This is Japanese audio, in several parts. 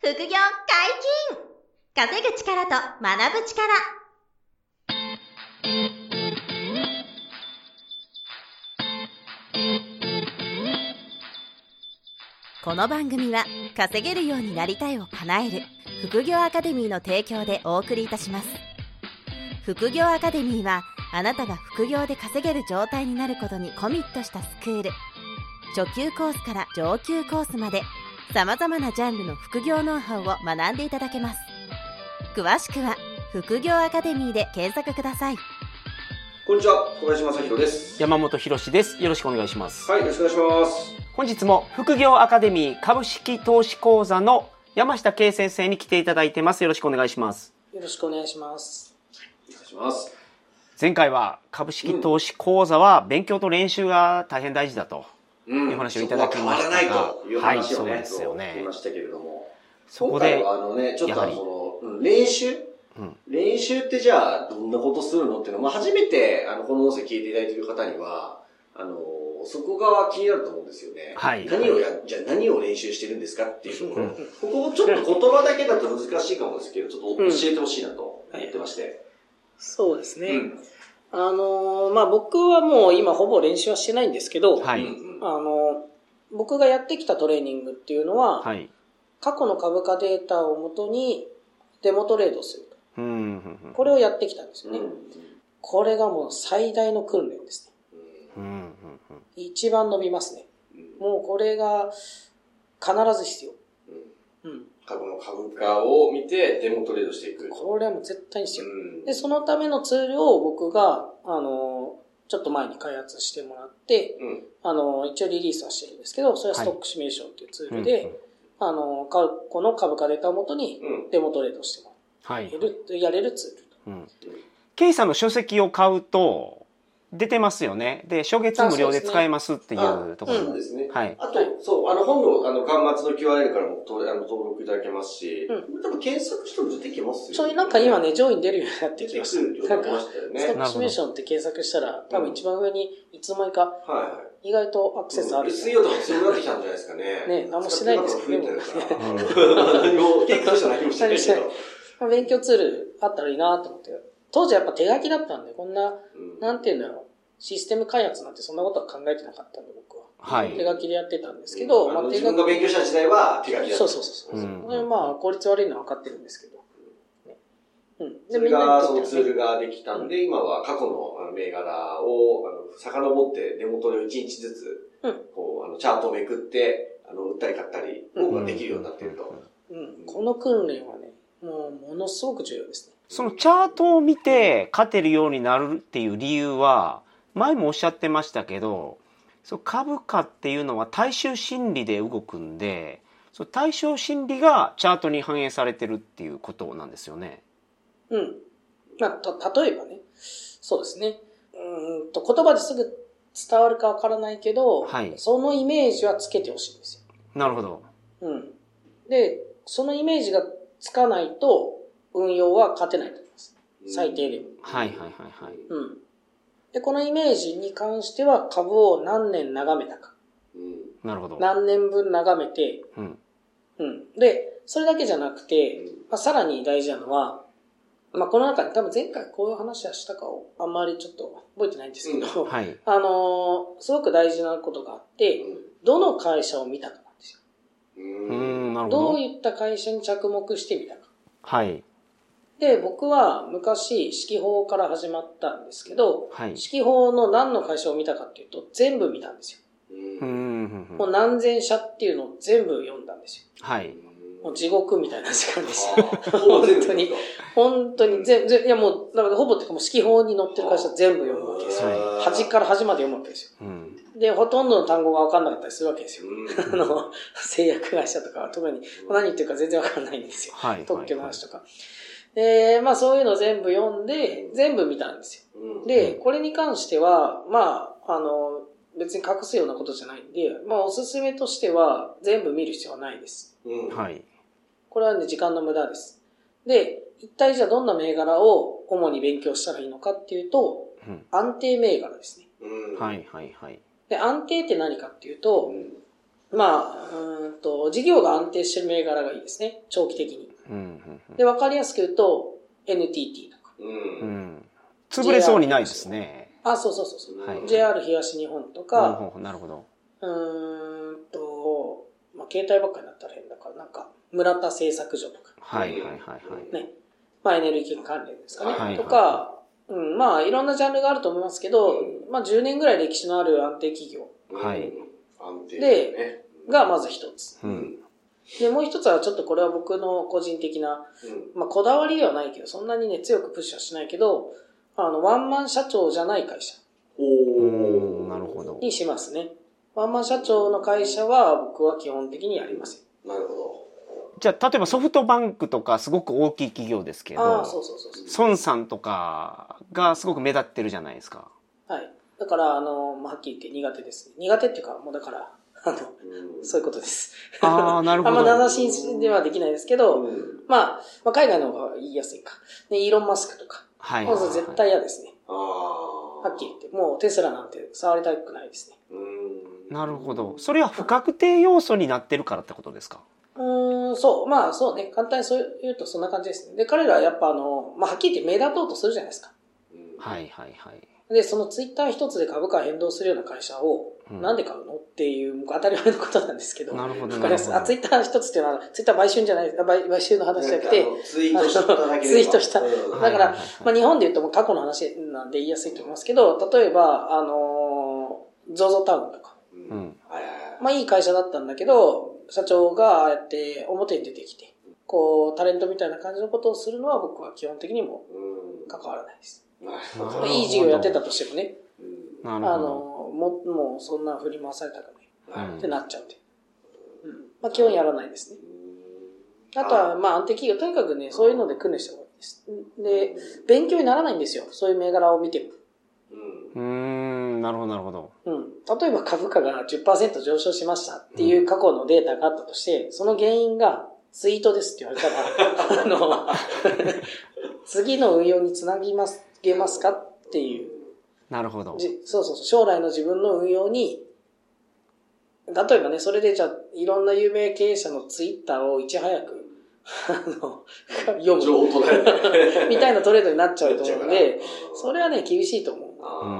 副業解禁！稼ぐ力と学ぶ力。この番組は稼げるようになりたいを叶える副業アカデミーの提供でお送りいたします。副業アカデミーはあなたが副業で稼げる状態になることにコミットしたスクール。初級コースから上級コースまで様々なジャンルの副業ノウハウを学んでいただけます。詳しくは副業アカデミーで検索ください。 こんにちは、小林正弘です。 山本博です。よろしくお願いします。 はい、よろしくお願いします。 本日も副業アカデミー株式投資講座の山下圭先生に来ていただいてます。よろしくお願いします。 よろしくお願いします。 お願いします。 前回は株式投資講座は勉強と練習が大変大事だという話をいただきましたが、 変わらないという話をね、 はい、そうですよね。 言いましたけれども、 そこで今回はちょっと練習ってじゃあどんなことするのっていうのを、初めてこの音声聞いていただいている方にはそこが気になると思うんですよね。 はい。 じゃあ何を練習してるんですかっていうところ。ここをちょっと言葉だけだと難しいかもですけど、ちょっと教えてほしいなと言ってまして。 そうですね。僕はもう今ほぼ練習はしてないんですけど、 はい。 僕がやってきたトレーニングっていうのは、 はい。 過去の株価データをもとにデモトレードをすると。これをやってきたんですよね。これがもう最大の訓練ですね。一番伸びますね。もうこれが必ず必要。 過去の株価を見てデモトレードしていく。 これはもう絶対に必要。で、そのためのツールを僕が、ちょっと前に開発してもらって、一応リリースはしてるんですけど、それはストックシミュレーションっていうツールで、過去の株価データをもとにデモトレードしてもらえる、やれるツールと。 ケイさんの書籍を買うと、出てますよね。で、初月無料で使えますっていうところ。 そうですね。 はい。 あと、本の、端末の QRL からも登録いただけますし、多分検索しても出てきますよね。 なんか今ね、上位に出るようになってきました。 なんか、ストックシミュレーションって検索したら、多分一番上にいつの間にか、意外とアクセスある。 SEO とか強くなってきたんじゃないですかね。 ね、何もしてないんですけどね。 何も、結構したら何もしてないけど。 勉強ツールあったらいいなと思って。当時はやっぱ手書きだったんで、こんな、なんていうんだろう。システム開発なんてそんなことは考えてなかったんで、僕は。 はい。 手書きでやってたんですけど、 自分が勉強した時代は手書きだった。 そう。効率悪いのは分かってるんですけど。 それが、そのツールができたんで、今は過去の銘柄を遡ってデモトレを1日ずつ、チャートをめくって、売ったり買ったりができるようになっていると。 この訓練はね、ものすごく重要ですね。 そのチャートを見て勝てるようになるっていう理由は、前もおっしゃってましたけど、株価っていうのは大衆心理で動くんで、大衆心理がチャートに反映されてるっていうことなんですよね。 例えばね、そうですね。言葉ですぐ伝わるかわからないけど、そのイメージはつけてほしいんですよ。 なるほど。 で、そのイメージがつかないと、運用は勝てないと思います。最低でも。で、このイメージに関しては株を何年眺めたか。 なるほど。 何年分眺めて、で、それだけじゃなくて、さらに大事なのは、この中で多分前回こういう話はしたかをあんまりちょっと覚えてないんですけど、すごく大事なことがあって、どの会社を見たかなんですよ。 なるほど。 どういった会社に着目してみたか。 はい。 で、僕は昔、指揮法から始まったんですけど、指揮法の何の会社を見たかっていうと、全部見たんですよ。もう何千社っていうのを全部読んだんですよ。もう地獄みたいな時間でした。本当に、いやもう、だからほぼっていうかもう指揮法に載ってる会社全部読むわけですよ。端から端まで読むわけですよ。で、ほとんどの単語が分かんなかったりするわけですよ。製薬会社とかは特に何言ってるか全然分かんないんですよ。特許の話とか。で、そういうのを全部読んで、全部見たんですよ。で、これに関しては、別に隠すようなことじゃないんで、おすすめとしては、全部見る必要はないです。これはね、時間の無駄です。で、一体じゃあどんな銘柄を主に勉強したらいいのかっていうと、安定銘柄ですね。で、安定って何かっていうと、 まあ、事業が安定してる銘柄がいいですね。長期的に。で、わかりやすく言うと、NTT とか。 潰れそうにないですね。 あ、そうそうそう。はい、JR 東日本とか。 なるほど。 まあ、携帯ばっかりだったら変だから、なんか、村田製作所とか。 はいはいはいはい。 ね。まあ、エネルギー関連ですかね。はい、とか、まあ、いろんなジャンルがあると思いますけど、まあ、10年ぐらい歴史のある安定企業。 はい。 安定で、がまず一つ。で、もう一つはちょっとこれは僕の個人的な、まあ、こだわりではないけど、そんなにね、強くプッシュはしないけど、ワンマン社長じゃない会社。 なるほど。 にしますね。ワンマン社長の会社は僕は基本的にやりません。 なるほど。 じゃあ、例えばソフトバンクとかすごく大きい企業ですけど、孫さんとかがすごく目立ってるじゃないですか。 はい。だから、はっきり言って苦手ですね。苦手っていうか、もうだから、そういうことです。 なるほど。 あんま名指しではできないですけど、まあ、海外の方が言いやすいか。で、イーロン・マスクとか。はい。もう絶対嫌ですね。はっきり言って。もうテスラなんて触りたくないですね。 なるほど。それは不確定要素になってるからってことですか？ そう。まあ、そうね。簡単にそう言うとそんな感じですね。で、彼らはやっぱまあ、はっきり言って目立とうとするじゃないですか。 はいはいはい。 で、そのツイッター一つで株価変動するような会社を、なんで買うのっていう当たり前のことなんですけど。 なるほど。 ツイッター一つっていうのは、ツイッター買収じゃない、買収の話じゃなくて、 ツイートしただけで。 ツイートした。だから、まあ日本で言うともう過去の話なんで言いやすいと思いますけど、例えば、ZOZO タウンとか。まあいい会社だったんだけど、社長がああやって表に出てきて、こう、タレントみたいな感じのことをするのは僕は基本的にも関わらないです。いい事業やってたとしてもね。もうそんな振り回されたくない。ってなっちゃうんで。まあ基本やらないですね。あとは、まあ安定企業、とにかくね、そういうので訓練した方がいいです。で、勉強にならないんですよ。そういう銘柄を見ても。 なるほどなるほど。 例えば株価が 10% 上昇しましたっていう過去のデータがあったとして、その原因がツイートですって言われたら、次の運用につなげますかっていう。 なるほど。 そう。将来の自分の運用に、例えばね、それでじゃあ、いろんな有名経営者のツイッターをいち早く、読む。みたいなトレードになっちゃうと思うので、それはね、厳しいと思う。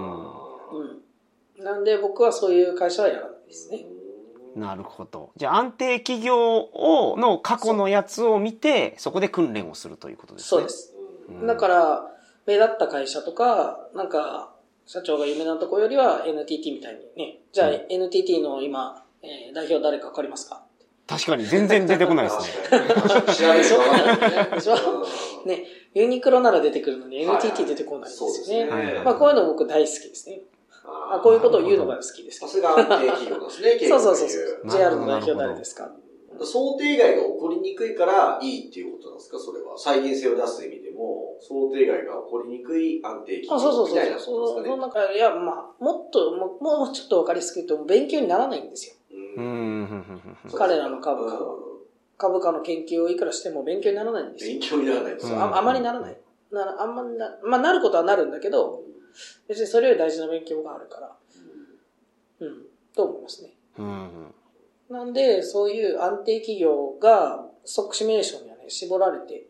なんで僕はそういう会社はやらないですね。 なるほど。じゃあ安定企業の過去のやつを見て、そこで訓練をするということですね。 そうです。だから、目立った会社とか、なんか、社長が有名なところよりは NTT みたいにね。じゃあ NTT の今、代表誰かわかりますか？ 確かに全然出てこないですね。 知らないでしょでしょね、ユニクロなら出てくるのに NTT 出てこないですよね。まあこういうの僕大好きですね。こういうことを言うのが好きです。 さすが安定企業ですね。 そう。JR の代表誰ですか？ 想定外が起こりにくいからいいっていうことなんですか？それは。再現性を出す意味でも、想定外が起こりにくい安定企業みたいなことですかね。 いや、まあ、もうちょっとわかりやすく言うと、勉強にならないんですよ。彼らの株価の研究をいくらしても勉強にならないんですよ。 勉強にならないですよ。 あまりならない。まあ、なることはなるんだけど、別にそれより大事な勉強があるから、と思いますね。なんで、そういう安定企業が、ストックシミュレーションにはね、絞られて、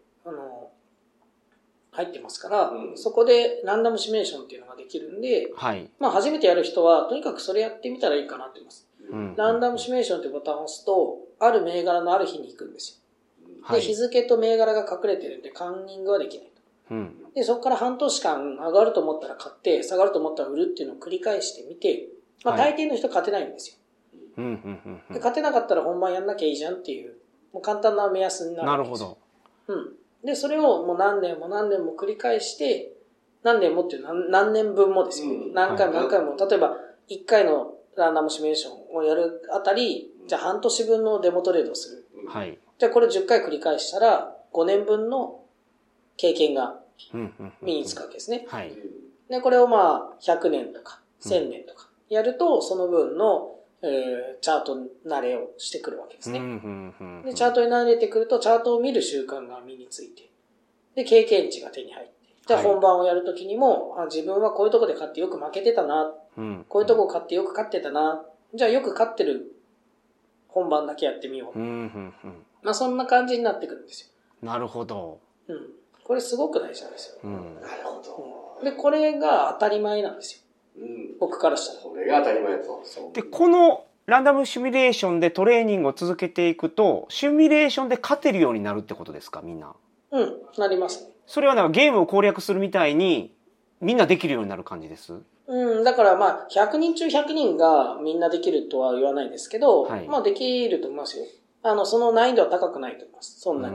入ってますから、そこでランダムシミュレーションっていうのができるんで、まあ初めてやる人は、とにかくそれやってみたらいいかなって思います。ランダムシミュレーションっていうボタンを押すと、ある銘柄のある日に行くんですよ。で、日付と銘柄が隠れてるんで、カンニングはできないと。で、そこから半年間上がると思ったら買って、下がると思ったら売るっていうのを繰り返してみて、まあ大抵の人勝てないんですよ。で勝てなかったら本番やんなきゃいいじゃんっていう、もう簡単な目安になるんですよ。なるほど。で、それをもう何年も繰り返して、何年もっていう何年分もですよ。何回も、例えば1回のランダムシミュレーションをやるあたり、じゃあ半年分のデモトレードをする。じゃあこれ10回繰り返したら、5年分の経験が身につくわけですね。で、これをまあ100年とか1000年とかやると、その分のチャート慣れをしてくるわけですね。で、チャートに慣れてくると、チャートを見る習慣が身について、で、経験値が手に入って、じゃあ本番をやるときにも、自分はこういうとこで買ってよく負けてたな、こういうとこ買ってよく勝ってたな、じゃあよく勝ってる本番だけやってみよう。まあそんな感じになってくるんですよ。 なるほど。 これすごく大事なんですよ。 なるほど。 で、これが当たり前なんですよ。僕からしたら。 これが当たり前と。 で、このランダムシミュレーションでトレーニングを続けていくと、シミュレーションで勝てるようになるってことですか、みんな。 なりますね。 それはなんかゲームを攻略するみたいに、みんなできるようになる感じです？ だからまあ、100人中100人がみんなできるとは言わないですけど、まあできると思いますよ。その難易度は高くないと思います。そんなに。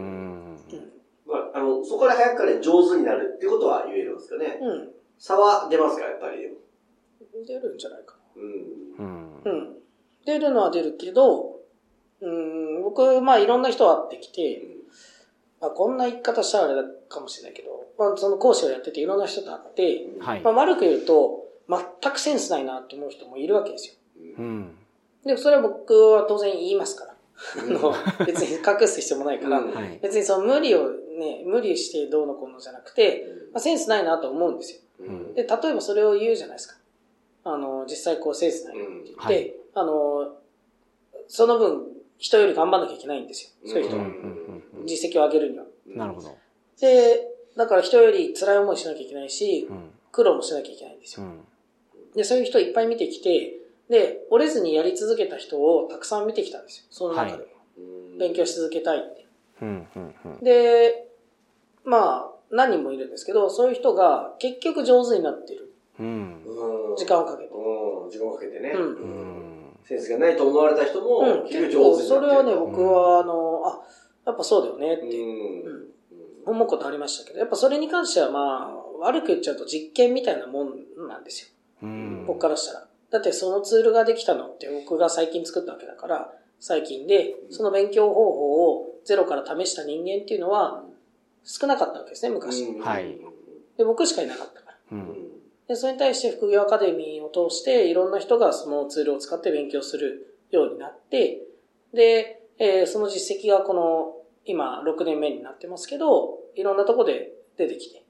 そこで早くから上手になるってことは言えるんですかね。差は出ますか、やっぱり。 出るんじゃないかな。出るのは出るけど、僕、まあいろんな人会ってきて、こんな言い方したらあれかもしれないけど、その講師をやってていろんな人と会って、悪く言うと、全くセンスないなって思う人もいるわけですよ。で、それは僕は当然言いますから。別に隠す必要もないから、別にその無理してどうのこうのじゃなくて、センスないなと思うんですよ。で、例えばそれを言うじゃないですか。実際こうセンスないって言って、その分人より頑張んなきゃいけないんですよ。そういう人は。実績を上げるには。 なるほど。 で、だから人より辛い思いしなきゃいけないし、苦労もしなきゃいけないんですよ。で、そういう人いっぱい見てきて、で、折れずにやり続けた人をたくさん見てきたんですよ。その中で。勉強し続けたいって。で、まあ、何人もいるんですけど、そういう人が結局上手になってる。時間をかけて。 時間をかけてね。センスがないと思われた人も結局上手になってる。 それはね、僕は、やっぱそうだよねって、思うことありましたけど、やっぱそれに関してはまあ、悪く言っちゃうと実験みたいなもんなんですよ。僕からしたら。だってそのツールができたのって僕が最近作ったわけだから、最近で、その勉強方法をゼロから試した人間っていうのは少なかったわけですね、昔。で、僕しかいなかったから。で、それに対して副業アカデミーを通していろんな人がそのツールを使って勉強するようになって、で、その実績がこの今6年目になってますけど、いろんなとこで出てきて。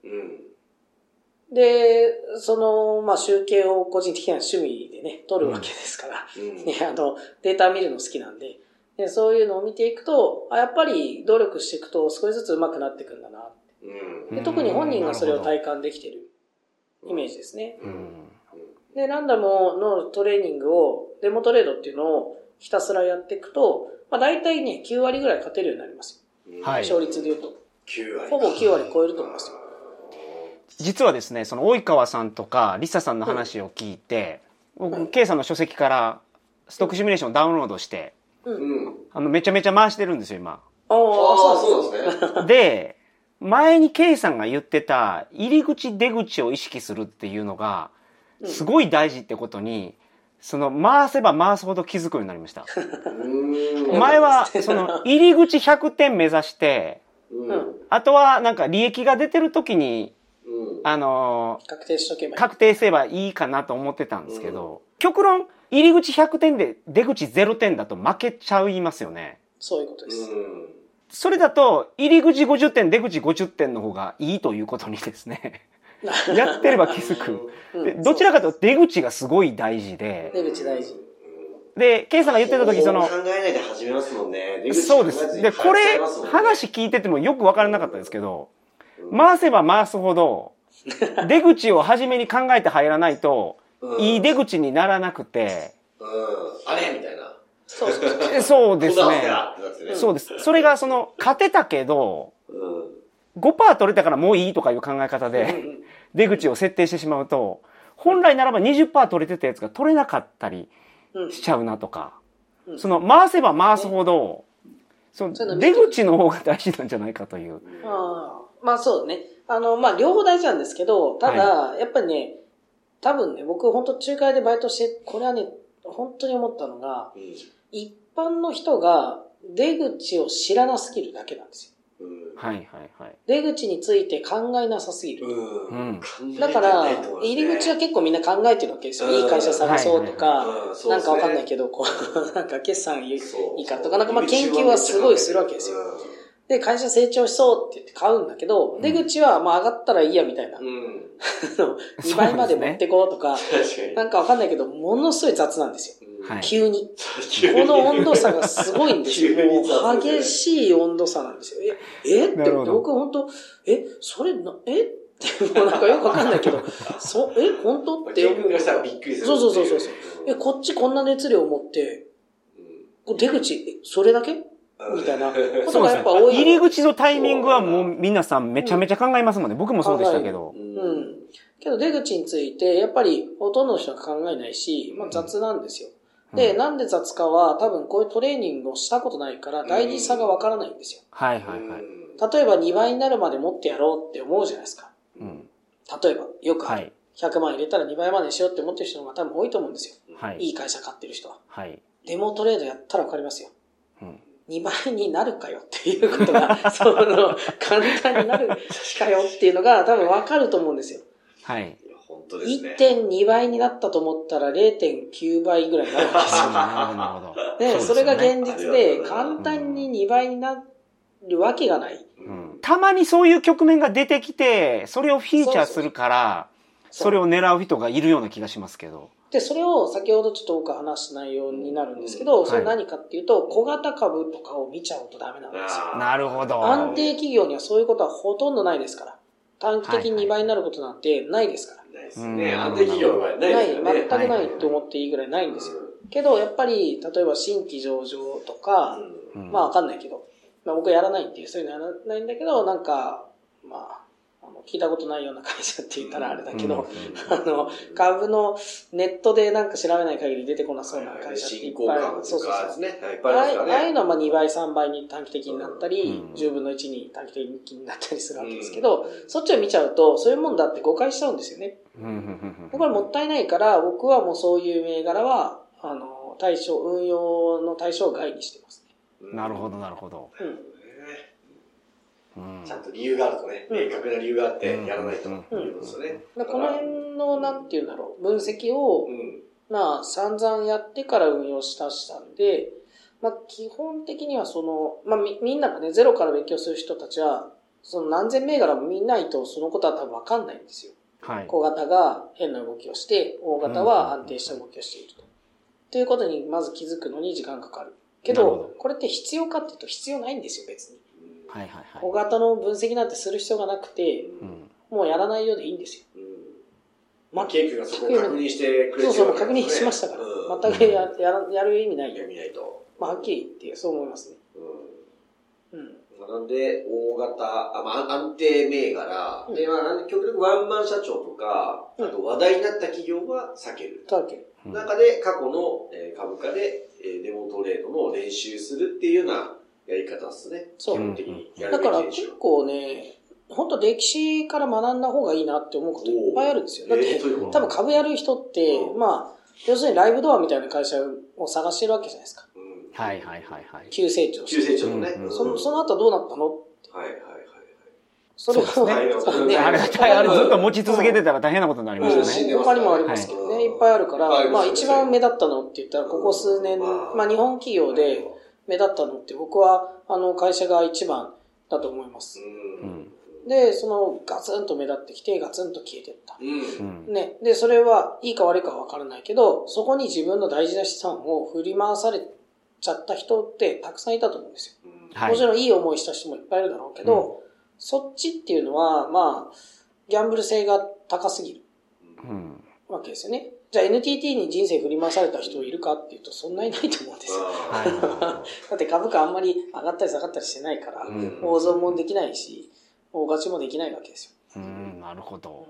で、その、まあ、集計を個人的な趣味でね、取るわけですから、データ見るの好きなんで、そういうのを見ていくと、やっぱり努力していくと少しずつ上手くなっていくんだなって。で、特に本人がそれを体感できてるイメージですね。で、ランダムのトレーニングを、デモトレードっていうのをひたすらやっていくと、まあ、大体ね、9割ぐらい勝てるようになりますよ。勝率で言うと。ほぼ9割超えると思いますよ。 実はですね、その及川さんとかリサさんの話を聞いて、僕、K さんの書籍からストックシミュレーションをダウンロードして、めちゃめちゃ回してるんですよ、今。 そうですね。 で、前に K さんが言ってた入り口出口を意識するっていうのが、すごい大事ってことに、その回せば回すほど気づくようになりました。前は、その入り口100点目指して、あとはなんか利益が出てる時に、 確定しとけばいい。 確定すればいいかなと思ってたんですけど、極論入り口100点で出口0点だと負けちゃいますよね。 そういうことです。 それだと入り口50点出口50点の方がいいということにですねやってれば気づく。どちらかというと出口がすごい大事で。 出口大事。 で、ケイさんが言ってた時考えないで始めますもんね。 そうです。で、これ、話聞いててもよくわからなかったですけど、回せば回すほど、出口を初めに考えて入らないと、いい出口にならなくて、 あれみたいな。 そうですね。そうです。それが勝てたけど、5% 取れたからもういいとかいう考え方で、出口を設定してしまうと、本来ならば 20% 取れてたやつが取れなかったりしちゃうなとか、回せば回すほど、出口の方が大事なんじゃないかという。 まあそうね。まあ両方大事なんですけど、ただ、やっぱりね、多分ね、僕本当仲介でバイトして、これはね、本当に思ったのが、一般の人が出口を知らなすぎるだけなんですよ。出口について考えなさすぎる。だから、入り口は結構みんな考えてるわけですよ。いい会社探そうとか、なんかわかんないけど、こう、なんか決算いいかとか、なんかまあ研究はすごいするわけですよ。で、会社成長しそうって言って買うんだけど、出口はまあ上がったらいいやみたいな。2倍まで持ってこうとか、なんかわかんないけど、ものすごい雑なんですよ。 急に。この温度差がすごいんですよ。もう激しい温度差なんですよ。って僕本当それってもうなんかよくわかんないけど、本当って。 自分がしたらびっくりする。 そう。こっちこんな熱量を持って、出口、それだけみたいなことがやっぱ多い。 入り口のタイミングはもう皆さんめちゃめちゃ考えますもんね。僕もそうでしたけど。 けど出口について、やっぱりほとんどの人は考えないし、雑なんですよ。で、なんで雑かは多分こういうトレーニングをしたことないから大事さがわからないんですよ。 はい。 例えば2倍になるまで持ってやろうって思うじゃないですか。例えば、よく100万入れたら2倍までしようって思ってる人の方が多分多いと思うんですよ。いい会社買ってる人は。デモトレードやったらわかりますよ。2倍になるかよっていうことが、簡単になるかよっていうのが多分わかると思うんですよ。 本当ですね。 1.2 倍になったと思ったら 0.9 倍ぐらいになるわけですよ。 なるほど。 で、それが現実で、簡単に2倍になるわけがない。 たまにそういう局面が出てきて、それをフィーチャーするから、それを狙う人がいるような気がしますけど。 で、それを先ほどちょっと多く話した内容になるんですけど、それ何かっていうと、小型株とかを見ちゃうとダメなんですよ。 なるほど。 安定企業にはそういうことはほとんどないですから。短期的に2倍になることなんてないですから。 ないですね。安定企業の場合ないですよね。 全くないと思っていいぐらいないんですよ。けど、やっぱり、例えば新規上場とか、まあわかんないけど、僕はやらないっていう、そういうのやらないんだけど、なんか、聞いたことないような会社って言ったらあれだけど、株のネットでなんか調べない限り出てこなそうな会社っていっぱいある。ああいうのは2倍、3倍に短期的になったり、10分の1に短期的になったりするわけですけど、そっちを見ちゃうと、そういうもんだって誤解しちゃうんですよね。これもったいないから、僕はもうそういう銘柄は、運用の対象外にしてますね。 なるほど。 ちゃんと理由があるとね、明確な理由があってやらないということですよね。 この辺の、なんていうんだろう、分析を、散々やってから運用したんで、基本的にはみんながね、ゼロから勉強する人たちは、何千銘柄も見ないとそのことは多分わかんないんですよ。小型が変な動きをして、大型は安定した動きをしていると。ということにまず気づくのに時間かかる。けど、これって必要かっていうと必要ないんですよ、別に。小型の分析なんてする必要がなくて、もうやらないようでいいんですよ。 ケイ君がそこを確認してくれてる。 そう、確認しましたから。全くやる意味ないよ。はっきり言って、そう思いますね。 なんで、大型、安定銘柄、で、極力ワンマン社長とか、あと話題になった企業は避ける。中で過去の株価でデモトレードの練習するっていうようなやり方ですね。基本的にやるべきだから結構ね、本当歴史から学んだ方がいいなって思うこといっぱいあるんですよ。だって多分株やる人って、要するにライブドアみたいな会社を探してるわけじゃないですか。急成長して。 急成長のね。 その後どうなったの？ それはね、あれずっと持ち続けてたら大変なことになりますよね。 他にもありますけどね、いっぱいあるから、一番目立ったのって言ったら、ここ数年、日本企業で目立ったのって僕は、会社が一番だと思います。で、ガツンと目立ってきて、ガツンと消えていった。ね。で、それはいいか悪いかは分からないけど、そこに自分の大事な資産を振り回されちゃった人ってたくさんいたと思うんですよ。もちろんいい思いした人もいっぱいいるだろうけど、そっちっていうのは、ギャンブル性が高すぎるわけですよね。じゃあ NTT に人生振り回された人いるかっていうと、そんなにないと思うんですよ。だって株価あんまり上がったり下がったりしてないから、大損もできないし、大勝ちもできないわけですよ。 なるほど。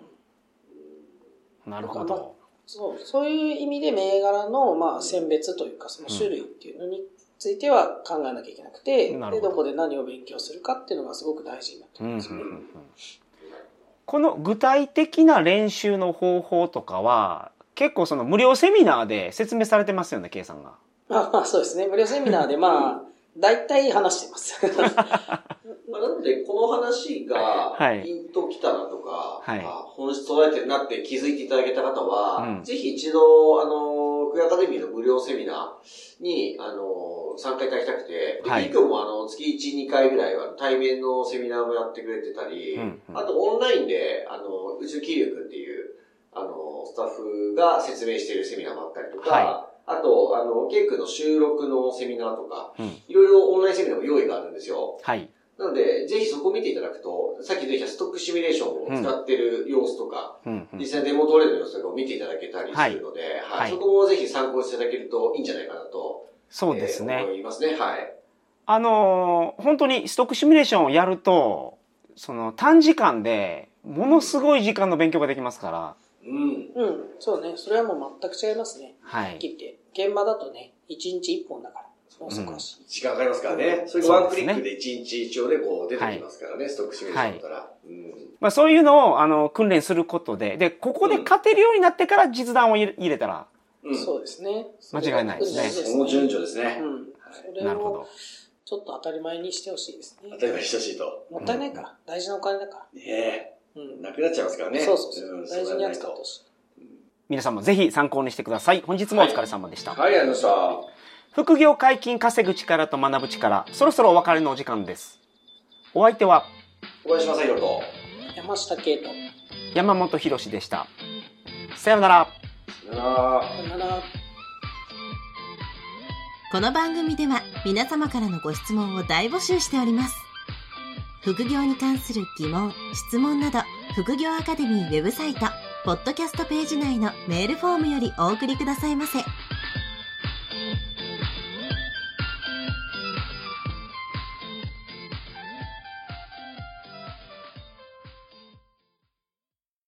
そういう意味で銘柄の、選別というか、その種類っていうのについては考えなきゃいけなくて、で、どこで何を勉強するかっていうのがすごく大事になってくるんですよね。 この具体的な練習の方法とかは、結構無料セミナーで説明されてますよね、Kさんが。 そうですね。無料セミナーで大体話してます。 なので、この話がピンときたなとか、本質捉えてるなって気づいていただけた方は、ぜひ一度、福井アカデミーの無料セミナーに、参加いただきたくて、今日も月1、2回ぐらいは対面のセミナーもやってくれてたり、あとオンラインで、うちの桐生くんっていう、スタッフが説明しているセミナーもあったりとか、 あと、ケイ君の収録のセミナーとか、いろいろオンラインセミナーも用意があるんですよ。 はい。 なので、ぜひそこを見ていただくと、さっき出てきたストックシミュレーションを使ってる様子とか、実際デモトレードの様子とかを見ていただけたりするので、はい。そこもぜひ参考にしていただけるといいんじゃないかなと。 そうですね。 思いますね。はい。 本当にストックシミュレーションをやると、短時間で、ものすごい時間の勉強ができますから。 そうね。それはもう全く違いますね。 はい。 切って。現場だとね、1日1本だから。 時間かかりますからね。それがワンクリックで1日一応でこう出てきますからね、ストックシミュレーションだったら。 そういうのを訓練することで、で、ここで勝てるようになってから実弾を入れたら、 そうですね。 間違いないですね。 その順序ですね。 なるほど。 ちょっと当たり前にしてほしいですね。 当たり前にしてほしいと。 もったいないから。大事なお金だから。 なくなっちゃいますからね。 そう。大事に扱ってほしい。 皆さんもぜひ参考にしてください。本日もお疲れ様でした。 はい、ありがとうございました。 副業解禁稼ぐ力と学ぶ力、そろそろお別れのお時間です。お相手は小林正宏と山下圭と山本博でした。さようなら。 さようなら。 この番組では皆様からのご質問を大募集しております。副業に関する疑問、質問など、副業アカデミーウェブサイト、ポッドキャストページ内のメールフォームよりお送りくださいませ。